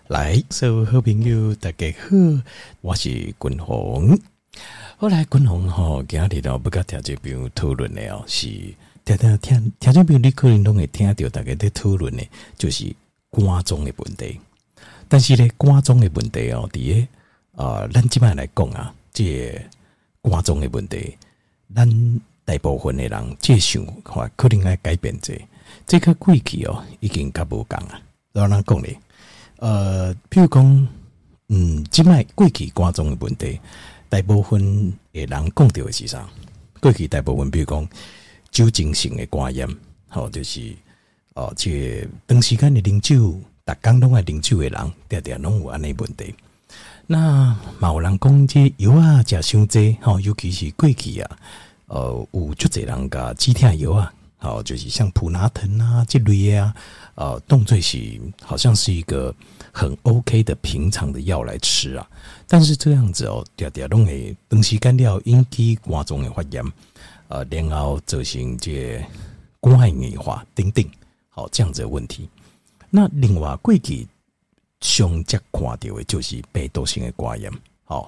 来，所有好朋友大家好，我是君鸿。后来君鸿今日要跟听众朋友讨论的是听众朋友你可能都会听到大家在讨论的就是肝脏的问题。但是呢，肝脏的问题伫咱即摆来讲啊，这肝脏的问题，咱大部分的人这想法可能要改变这个过去已经较无共啊。老人讲咧，譬如讲，即摆过去肝脏的问题，大部分的人讲到的是啥？过去大部分比如讲酒精性的肝炎，就是这长时间的啉酒，逐工拢爱啉酒的人，常常拢有安尼问题。那嘛有人讲这药啊食伤济，尤其是过去啊，有足侪人甲止痛药啊，就是像普拿疼啊这类的啊，当作是好像是一个很 OK 的平常的药来吃啊。但是这样子常常拢会长时间了引起肝脏的发炎，然后造成这肝癌硬化等等，这样子的问题。那另外过去上常看到的就是病毒性的肝炎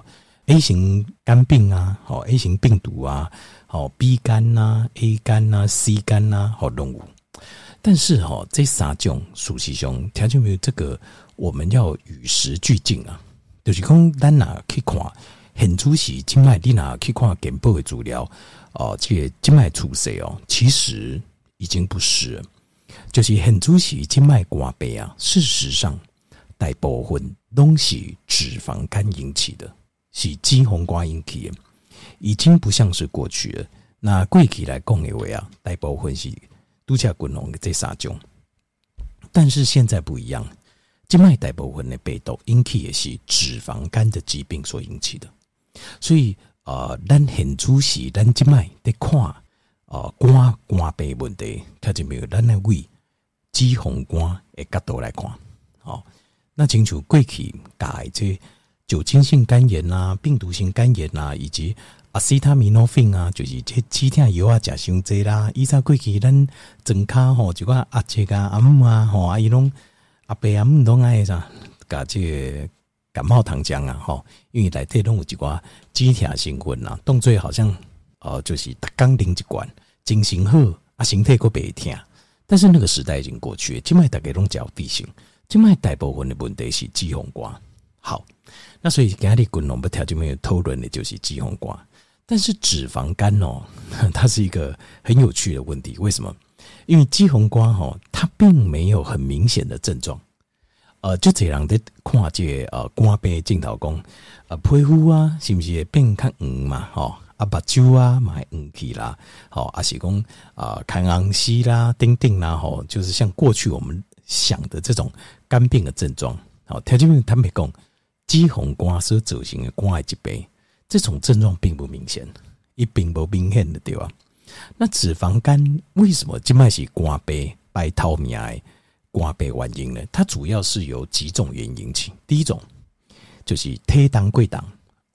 ，A 型肝病啊，A 型病毒啊，B 肝啊 ，A 肝啊 ，C 肝啊，拢有。但是这三种事实上，听众朋友，这个我们要与时俱进啊。就是讲，咱哪去看现主时，今麦你哪去看健保的资料这今麦出事其实已经不是了。就是现主时今麦肝病啊，事实上大部分都是脂肪肝引起的，是脂肪肝引起的，已经不像是过去了。那过去来讲的话啊，大部分是拄则君鸿的这三种，但是现在不一样。现在大部分的病毒引起的是脂肪肝的疾病所引起的，所以咱现主时咱现在在看肝病问题，看见没有？咱来为脂肪肝的角度来看，那清楚过去改这酒精性肝炎啊、病毒性肝炎啊，以及阿西他米诺芬啊，就是这止痛药啊，食伤济啦。以前过去咱庄骹就个阿姐啊、阿姆啊，阿姨拢阿伯阿姆拢爱啥，甲这感冒糖浆啊，因为内底拢有一寡止痛成分啦，当作好像就是逐工啉一罐，精神好啊，身体佫袂痛。但是那个时代已经过去了，现在大家拢有地性，现在大部分的问题是脂肪肝。好，那所以今日君鸿要听众朋友讨论的就是脂肪肝。但是脂肪肝它是一个很有趣的问题，为什么？因为脂肪肝它并没有很明显的症状，就这人在看这肝病镜头讲，皮肤啊是不是会变较黄嘛？目睭啊嘛会黄起啦，还是讲看红丝啦、等等啦，就是像过去我们想的这种肝病的症状。听众朋友坦白讲，脂肪肝所造成的肝癌疾病，这种症状并不明显，也并不明显的，对吧？那脂肪肝为什么现在是肝病排头名的肝病原因呢？它主要是由几种原因引起。第一种就是体重过重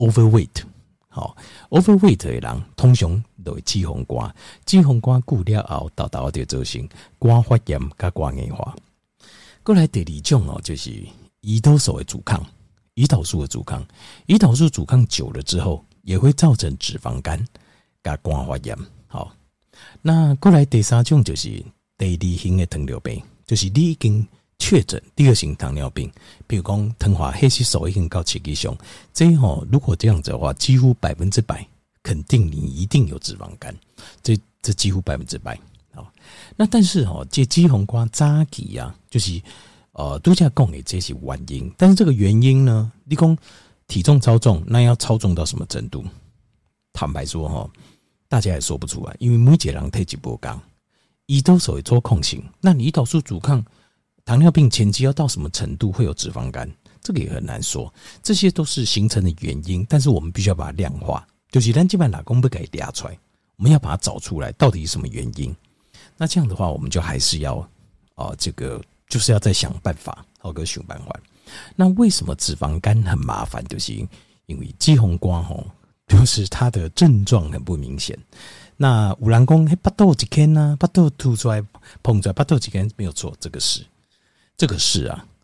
overweight 的人通常都会脂肪肝，脂肪肝久了后，豆豆就造成肝发炎跟肝硬化。过来第二种就是胰岛素的阻抗。胰岛素的阻抗，胰岛素阻抗久了之后，也会造成脂肪肝跟肝发炎。好，那过来第三种就是第二型的糖尿病，就是你已经确诊第二型糖尿病，比如讲糖化黑色素已经到7以上，这如果这样子的话，几乎100%肯定你一定有脂肪肝，这几乎100%。好，那但是这脂肪肝早期啊，就是都在讲的这些原因，但是这个原因呢，你讲体重超重，那要超重到什么程度？坦白说大家也说不出来，因为每一个人体质不同，胰岛素会做控型，那你胰岛素阻抗，糖尿病前期要到什么程度会有脂肪肝？这个也很难说，这些都是形成的原因，但是我们必须要把它量化，就是咱基本上不可以量出来，我们要把它找出来，到底是什么原因？那这样的话，我们就还是要这个就是要再想办法，个想办法。那为什么脂肪肝很麻烦？就是因为脂肪肝就是它的症状很不明显。那有人说巴肚一天啊，巴肚凸出来碰出来，巴肚一天没有错，这个是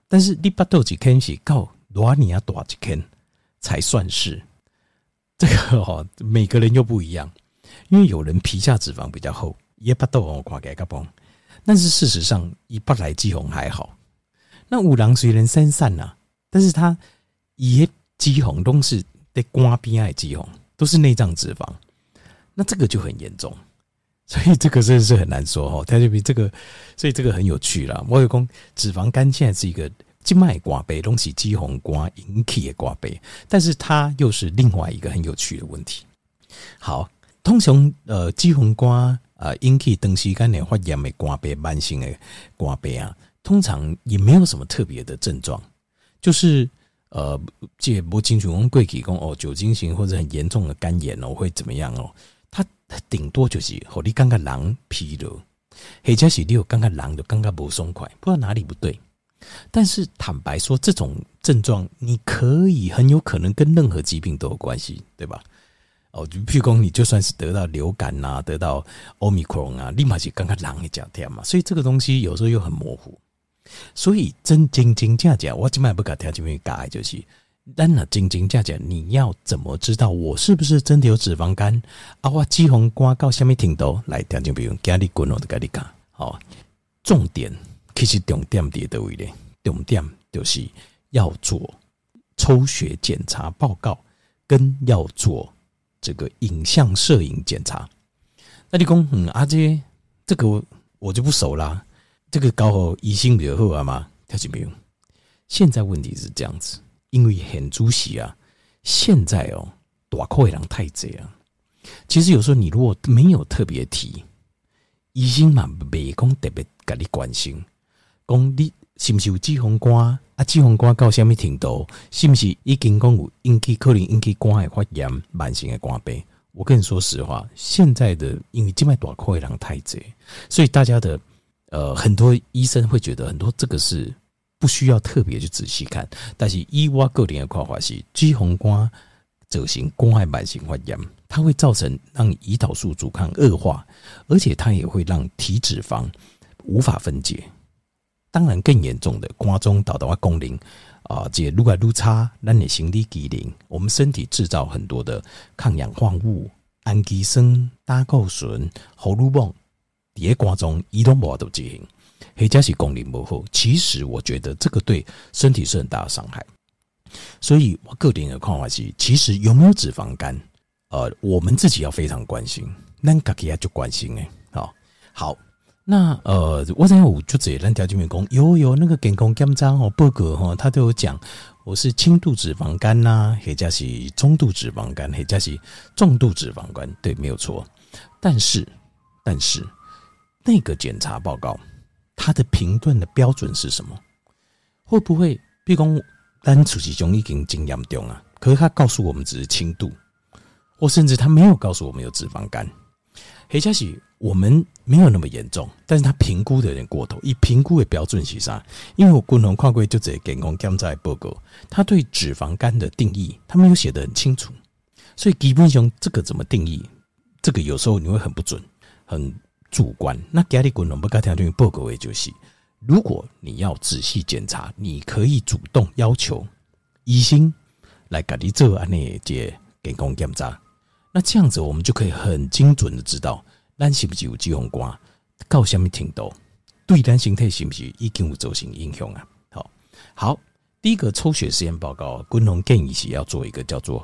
但是你巴豆几坑是到罗尼亚多几坑才算是。这个每个人又不一样，因为有人皮下脂肪比较厚，也巴豆看起来较崩，但是事实上以巴来肌红还好。那有人虽然散散啊，但是他也肌红都是在肝边的肌红，都是内脏脂肪，那这个就很严重。所以这个真的是很难说它就比这个，所以这个很有趣啦。我有说脂肪肝现在是一个静脉刮杯，都是肌红肝引起的刮杯，但是它又是另外一个很有趣的问题。好，通常肌红肝引起长时间的发炎的刮杯，慢性的刮杯啊，通常也没有什么特别的症状，就是这不清楚讲过去讲酒精型或者很严重的肝炎会怎么样它顶多就是让你感觉人疲劳，或者是你有感觉人就感觉不爽快，不知道哪里不对。但是坦白说，这种症状你可以很有可能跟任何疾病都有关系，对吧？就譬如说你就算是得到流感啊，得到 Omicron 啊，立马是感觉人会讲天嘛，所以这个东西有时候又很模糊。所以真假，我今晚不给听这边改就是。但那真假，你要怎么知道我是不是真的有脂肪肝啊？我肌红肝到什么程度来听就比如今日滚我的跟你讲，重点其实重点在哪里呢？重点就是要做抽血检查报告，跟要做这个影像摄影检查。那你说这个我就不熟啦，这个搞好医生比较好嘛？听就比如现在问题是这样子。因为很主席啊，现在大口的人太多啊。其实有时候你如果没有特别提，医生嘛没讲特别给你关心，讲你是不是有脂肪肝啊？脂肪肝到什么程度？是不是已经讲有可能引起肝的发炎、慢性的肝病？我跟你说实话，现在的因为现在大口的人太多，所以大家的很多医生会觉得很多这个是。不需要特别去仔细看，但是以我个人的看法是，脂肪肝造成肝癌慢性发炎，它会造成让胰岛素阻抗恶化，而且它也会让体脂肪无法分解。当然，更严重的肝中导的功能这愈来愈差，咱的生理机能，我们身体制造很多的抗氧化物、氨基酸、胆固醇、荷尔蒙，在肝中伊都无法度执行。或者是功能不好，其实我觉得这个对身体是很大的伤害。所以我个人的看法是，其实有没有脂肪肝，我们自己要非常关心，咱自己也就关心好，那我在有就这咱条件员工有那个健康检查报告他都有讲，我是轻度脂肪肝呐，或者是中度脂肪肝，或者是重度脂肪肝，对，没有错。但是那个检查报告。他的评断的标准是什么？会不会比如说咱处其中已经很严重啊，可是他告诉我们只是轻度，或甚至他没有告诉我们有脂肪肝，或者是我们没有那么严重，但是他评估的有点过头。以评估的标准是啥？因为我共同看过就这健康检查报告，他对脂肪肝的定义他没有写得很清楚，所以基本上这个怎么定义，这个有时候你会很不准，很主观。那今日滚龙不该条件报告的就是，如果你要仔细检查，你可以主动要求医生来给你做安尼这健康检查。那这样子我们就可以很精准的知道，咱是不是有脂肪肝，到什么程度，对咱身体是不是已经有造成影响啊？好，第一个抽血实验报告，滚龙建议是要做一个叫做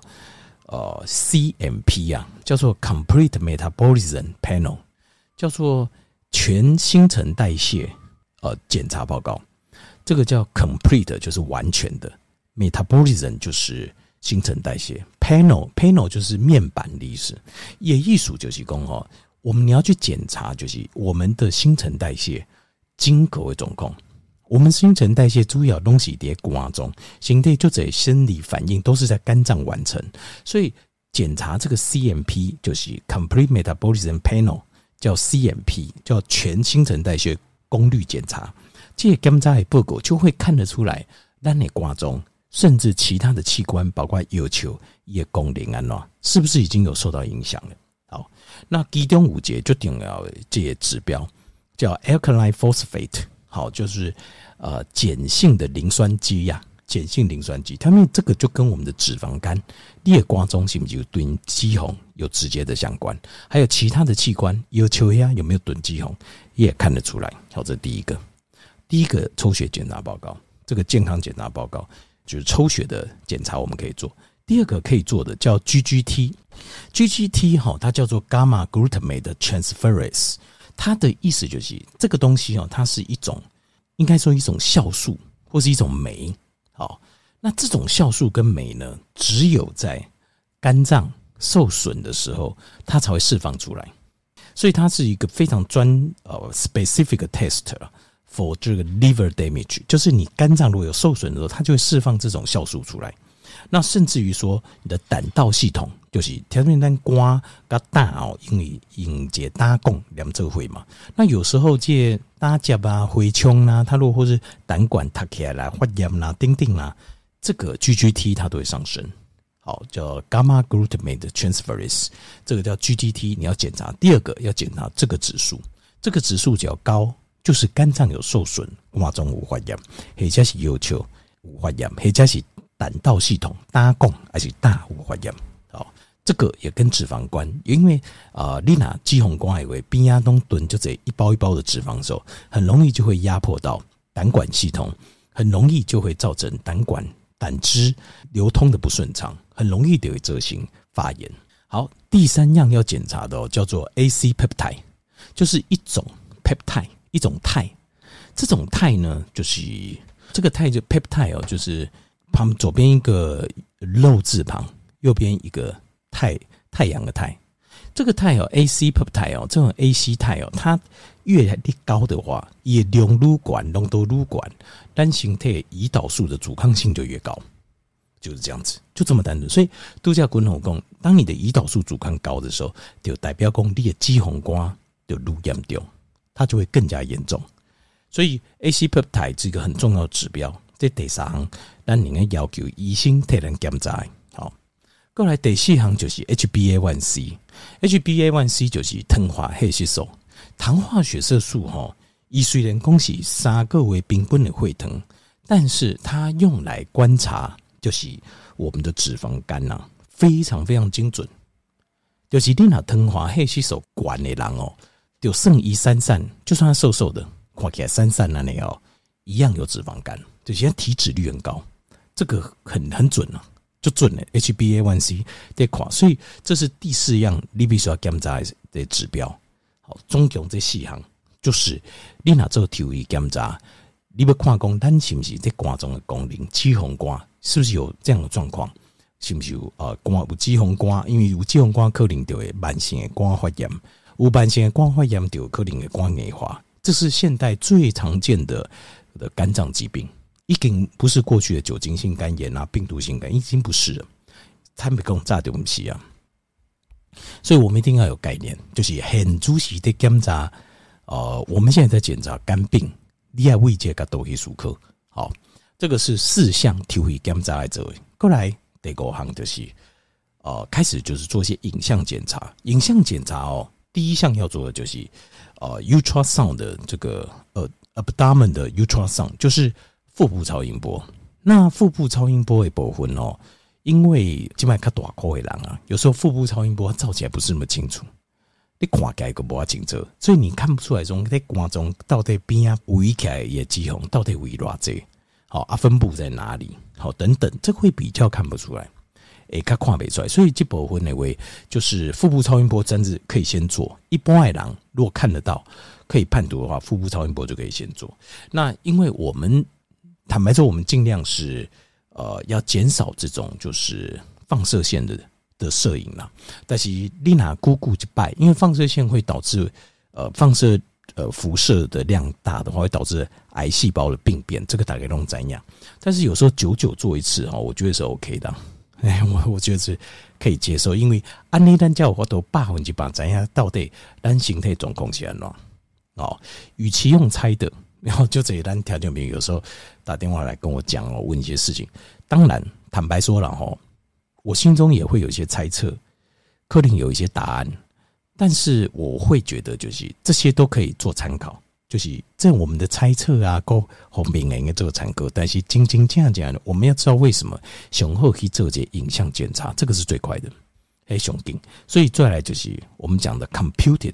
CMP 啊，叫做 Complete Metabolism Panel。叫做全新陈代谢检查报告，这个叫 complete 就是完全的 ，metabolism 就是新陈代谢 ，panel 就是面板的意思，也意思就是说我们你要去检查就是我们的新陈代谢经过的状况。我们新陈代谢主要东西在肝中，身体就这生理反应都是在肝脏完成，所以检查这个 CMP 就是 complete metabolism panel。叫 CMP， 叫全新陈代谢功率检查。这个检查的报告就会看得出来，咱的肝中甚至其他的器官，包括腰球也功能是不是已经有受到影响了？好，那其中有一个最重要的这个指标叫 alkaline phosphate， 好，就是碱性的磷酸基呀，碱性磷酸基，它们这个就跟我们的脂肪肝裂瓜中是不是有蹲肌红有直接的相关？还有其他的器官，有球呀有没有蹲肌红也看得出来。好，这第一个抽血检查报告，这个健康检查报告就是抽血的检查我们可以做。第二个可以做的叫 GGT 它叫做 Gamma Glutamate Transferase， 它的意思就是这个东西它是一种应该说一种酵素或是一种酶。好，那这种酵素跟酶呢，只有在肝脏受损的时候它才会释放出来，所以它是一个非常specific test for 这个 liver damage， 就是你肝脏如果有受损的时候，它就会释放这种酵素出来。那甚至于说你的胆道系统，就是条件单肝跟胆因为用这胆供两者会嘛，那有时候这胆结啊、蛔虫啊，它如果或是胆管塌起来啦、发炎啦、叮叮啦，这个 GGT 它都会上升。好，叫 Gamma Glutamate Transferase， 这个叫 GGT， 你要检查。第二个要检查这个指数，这个指数只要高，就是肝脏有受损，肝中有发炎，或者是腰球有发炎，或者是胆道系统胆管还是胆有发炎。好，这个也跟脂肪关，因为你拿肌红肝以为边啊东蹲就这一包一包的脂肪的时候，很容易就会压迫到胆管系统，很容易就会造成胆汁流通的不顺畅，很容易就会造成发炎。好，第三样要检查的叫做 AC peptide， 就是一种 peptide， 一种肽。这种肽呢，就是这个肽就 peptide 就是旁左边一个肉字旁，右边一个太阳的太。这个肽AC peptide 这种 AC 肽它越高的话，也浓度越高，单形态胰岛素的阻抗性就越高，就是这样子，就这么单纯。所以度假滚红讲，当你的胰岛素阻抗高的时候，就代表讲你的肌红肝就愈严重，它就会更加严重。所以 AC peptide 是一个很重要的指标。这第三项，咱应该要求医生替咱检查。好，过来第四项就是 HbA1c。HbA1c 就是糖化血色素。糖化血色素它虽然讲是3个月平均的血糖，但是它用来观察就是我们的脂肪肝非常非常精准。就是你若糖化血色素高的人就算他散散，就算他瘦瘦的，看起来散散那样一样有脂肪肝。就现在体脂率很高，这个很准就准了 HbA1c 在看，所以这是第四样你必须要检查的指标。好，总共这4项就是你若做体位检查，你要看讲咱是不是在肝中的功能，肌红肝是不是有这样的状况，是不是有肝有肌红肝，因为有肌红肝可能就会慢性的肝发炎，有慢性的肝发炎就有可能的肝硬化，这是现代最常见的肝脏疾病。已经不是过去的酒精性肝炎病毒性肝炎，已经不是了。他们跟我们炸的东西所以我们一定要有概念，就是很仔细的检查。我们现在在检查肝病，你要为这个都去术科。好，这个是4项体位检查来做。过来第5项就是开始就是做一些影像检查。影像检查第一项要做的就是ultrasound 的这个abdomen 的 ultrasound， 就是腹部超音波。那腹部超音波的部分因为现在比较大块的人有时候腹部超音波照起来不是那么清楚，你看起来就不清楚，所以你看不出来说在肝中到底边围起来的肌红到底围多少，好分布在哪里，好等等，这会比较看不出来，较看不出来。所以这部分的话，就是腹部超音波真的可以先做。一般的人如果看得到可以判读的话，腹部超音波就可以先做。那因为我们坦白说，我们尽量是要减少这种就是放射线的摄影啦。但是你拿姑姑一拜，因为放射线会导致辐射的量大的话，会导致癌细胞的病变，这个大概都怎样？但是有时候久做一次我觉得是 OK 的。我觉得是可以接受，因为按你咱叫我都100%怎样到底咱身体状况是怎样与其用猜的。然后就这一单条件兵有时候打电话来跟我讲问一些事情，当然坦白说了我心中也会有一些猜测，可能有一些答案，但是我会觉得就是这些都可以做参考， 就是这我们的猜测啊，够后面应该做参考，但是真正的我们要知道为什么上好去做这影像检查，这个是最快的，上紧。所以再来就是我们讲的 computed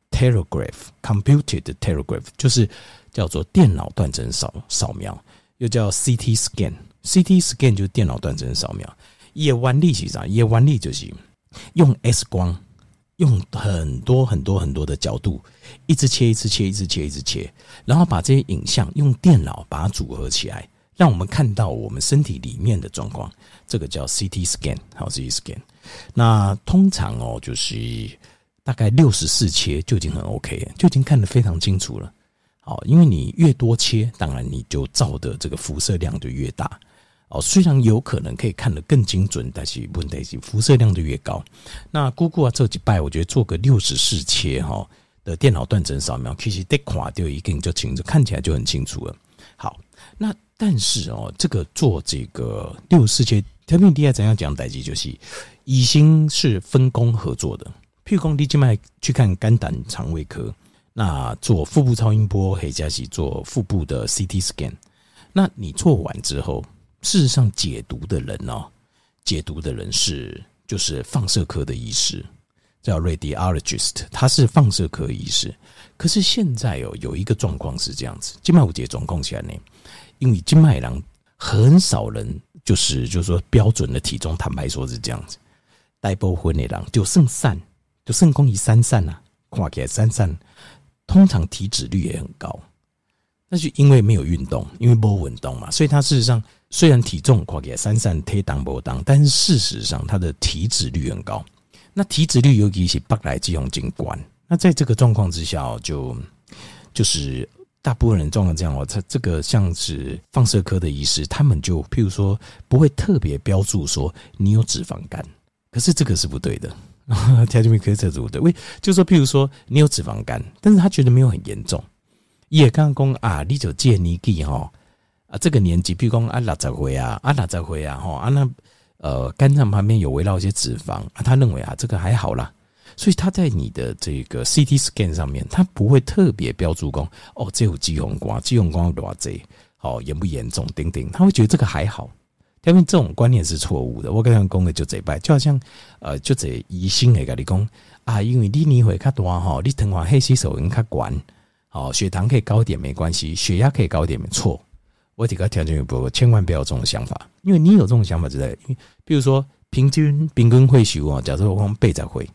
telegraph， 就是叫做电脑断层扫描，又叫 CT scan。CT scan 就是电脑断层扫描。它的原理是啥？它的原理就是用 X 光，用很多的角度，一直切，然后把这些影像用电脑把它组合起来，让我们看到我们身体里面的状况。这个叫 CT scan， 好 CT scan。那通常就是大概64切就已经很 OK 了，就已经看得非常清楚了。好，因为你越多切，当然你就照的这个辐射量就越大。虽然有可能可以看得更精准，但是问题是辐射量就越高。那姑姑啊，这几拜我觉得做个64切的电脑断层扫描，其实得看到一定就清楚，看起来就很清楚了。好，那但是这个做这个64切，特别第二怎样讲代志，就是医生是分工合作的。譬如说你现在去看肝胆肠胃科，那做腹部超音波，或者是做腹部的 CT scan， 那你做完之后，事实上解读的人就是放射科的医师，叫 radiologist， 他是放射科医师。可是现在有一个状况是这样子，现在有一个状况起来呢，因为现在人很少人就是说标准的体重，坦白说是这样子，大部分的人就剩散，就剩讲伊散散啊，看起来散散，通常体脂率也很高。那就因为没有运动，因为没运动嘛，所以他事实上虽然体重看起来散散体重不重，但是事实上他的体脂率很高。那体脂率尤其是北来肌红筋管，那在这个状况之下就是大部分人状况这样他这个像是放射科的医师，他们就譬如说不会特别标注说你有脂肪肝，可是这个是不对的。条件可以测出的，就是说譬如说你有脂肪肝，但是他觉得没有很严重。也刚刚讲你就这年纪这个年纪，比如讲60岁啊，60岁啊那肝脏旁边有围绕一些脂肪他认为这个还好啦，所以他在你的这个 CT scan 上面，他不会特别标注讲这有肌红光有多少严不严重等等，他会觉得这个还好。因为这种观念是错误的，我刚刚讲的就这摆，就好像就这医生会跟你讲因为你年岁较大你糖化血吸收应较悬。血糖可以高一点没关系，血压可以高一点没错。我提个条件不，千万不要有这种想法，因为你有这种想法之类。比如说平均会寿假设我讲80岁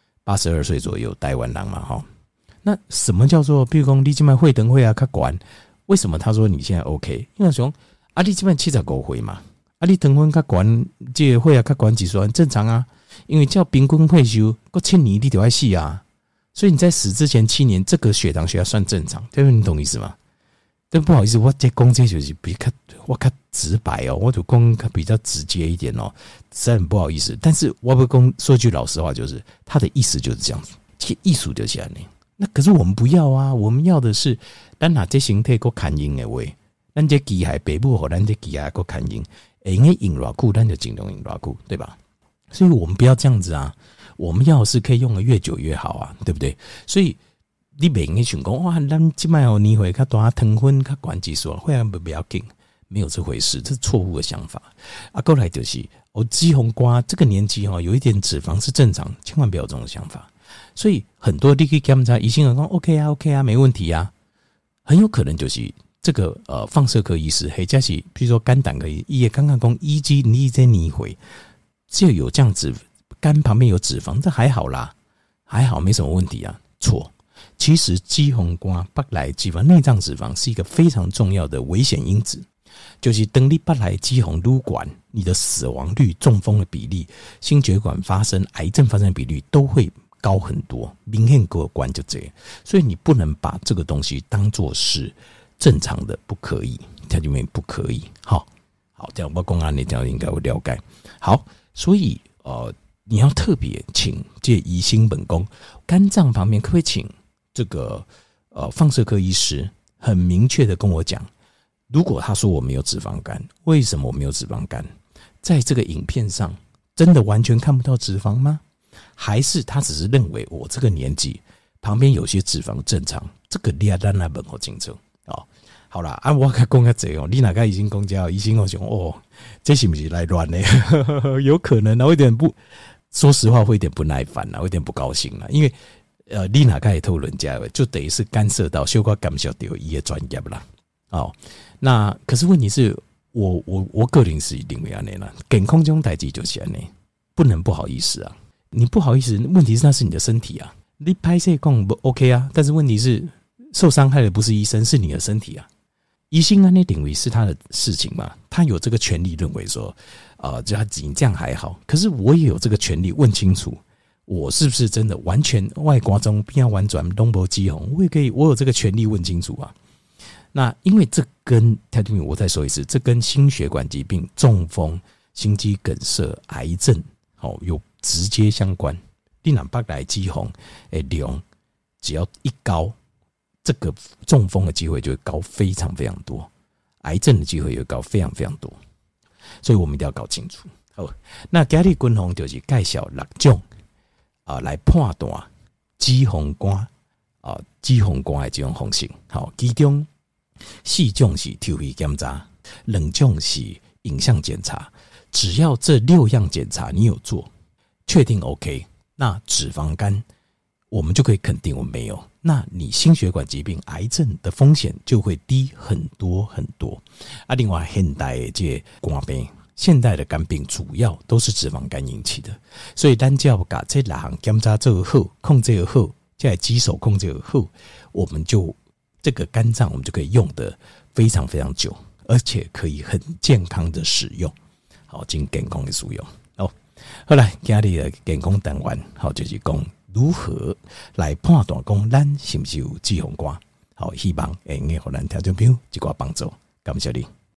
，82岁左右台湾人嘛那什么叫做比如说你现在血糖会较悬？为什么他说你现在 OK？ 因为说你现在75岁嘛，你糖分较悬，这个血较悬指数很正常啊。因为叫平均会寿过7年你就要死啊。所以你在死之前7年，这个血糖算正常，对不对？你懂意思吗？但不好意思，我这讲这就是我较直白我就讲比较直接一点实在很不好意思。但是我不讲说句老实话，就是他的意思就是这样子，这艺术就是这样。那可是我们不要啊，我们要的是咱拿这形态够看用的话，咱这机械北部和咱这机械够看用，因为用偌久，咱就尽量用偌久，对吧？所以我们不要这样子啊。我们要是可以用的越久越好啊，对不对？所以你不应该想说哇，咱现在年岁较大，糖分较悬指数会不要紧，没有这回事，这是错误的想法。过来就是肌红瓜这个年纪有一点脂肪是正常，千万不要有这种想法。所以很多你去检查，医生说 OK 啊，没问题啊，很有可能就是这个放射科医师，或者是比如说肝胆科医，也刚刚讲依据你这年岁就有这样子。肝旁边有脂肪，这还好啦，还好没什么问题啊。错，其实肌红瓜北来脂肪、内脏脂肪是一个非常重要的危险因子，就是当你北来肌红撸管，你的死亡率、中风的比例、心血管发生、癌症发生的比率都会高很多，明显过关就这样。所以你不能把这个东西当作是正常的，不可以，它里面不可以。好，这样我公安你这样应该会了解。好，所以你要特别请这医生本宫肝脏方面可不可以请这个放射科医师很明确的跟我讲，如果他说我没有脂肪肝，为什么我没有脂肪肝？在这个影片上真的完全看不到脂肪吗？还是他只是认为我这个年纪旁边有些脂肪正常，这个你要让他问好清楚哦。好啦，我该讲个这哦，你哪个医生公家医生我想哦，这是不是来乱的？有可能啊，我有点不，说实话会有点不耐烦啦，我有点不高兴啦，因为你哪个也讨论家就等于是干涉到小可感受到伊的专业啦。哦，那可是问题是我个人是认为安尼啦，健康这种代志就是安尼，不能不好意思啊。你不好意思，问题是那是你的身体啊。你拍摄讲不 OK 啊，但是问题是受伤害的不是医生，是你的身体啊。医生安内认为是他的事情嘛，他有这个权利认为说，就他你这样还好，可是我也有这个权利问清楚，我是不是真的完全外挂中变完转东波肌红，我有这个权利问清楚啊。那因为这跟我再说一次，这跟心血管疾病、中风、心肌梗塞、癌症有直接相关。你若北来肌红的量只要一高，这个中风的机会就会高非常非常多，癌症的机会也会高非常非常多，所以我们一定要搞清楚。好，那今日君鸿就是介绍6种来判断脂肪肝脂肪肝的这种方式。好，其中4种是抽血检查，2种是影像检查。只要这6样检查你有做，确定 OK。那脂肪肝我们就可以肯定我们没有，那你心血管疾病、癌症的风险就会低很多很多。另外现代的这肝病，现代的肝病主要都是脂肪肝引起的，所以咱只要把这6项检查做好，控制好，这肌手控制好，我们就这个肝脏我们就可以用得非常非常久，而且可以很健康的使用，好，真健康的使用。后来今日的健康单元就是讲如何来判断讲咱是不是有脂肪肝，好，希望会给咱听众朋友一寡帮助，感谢你。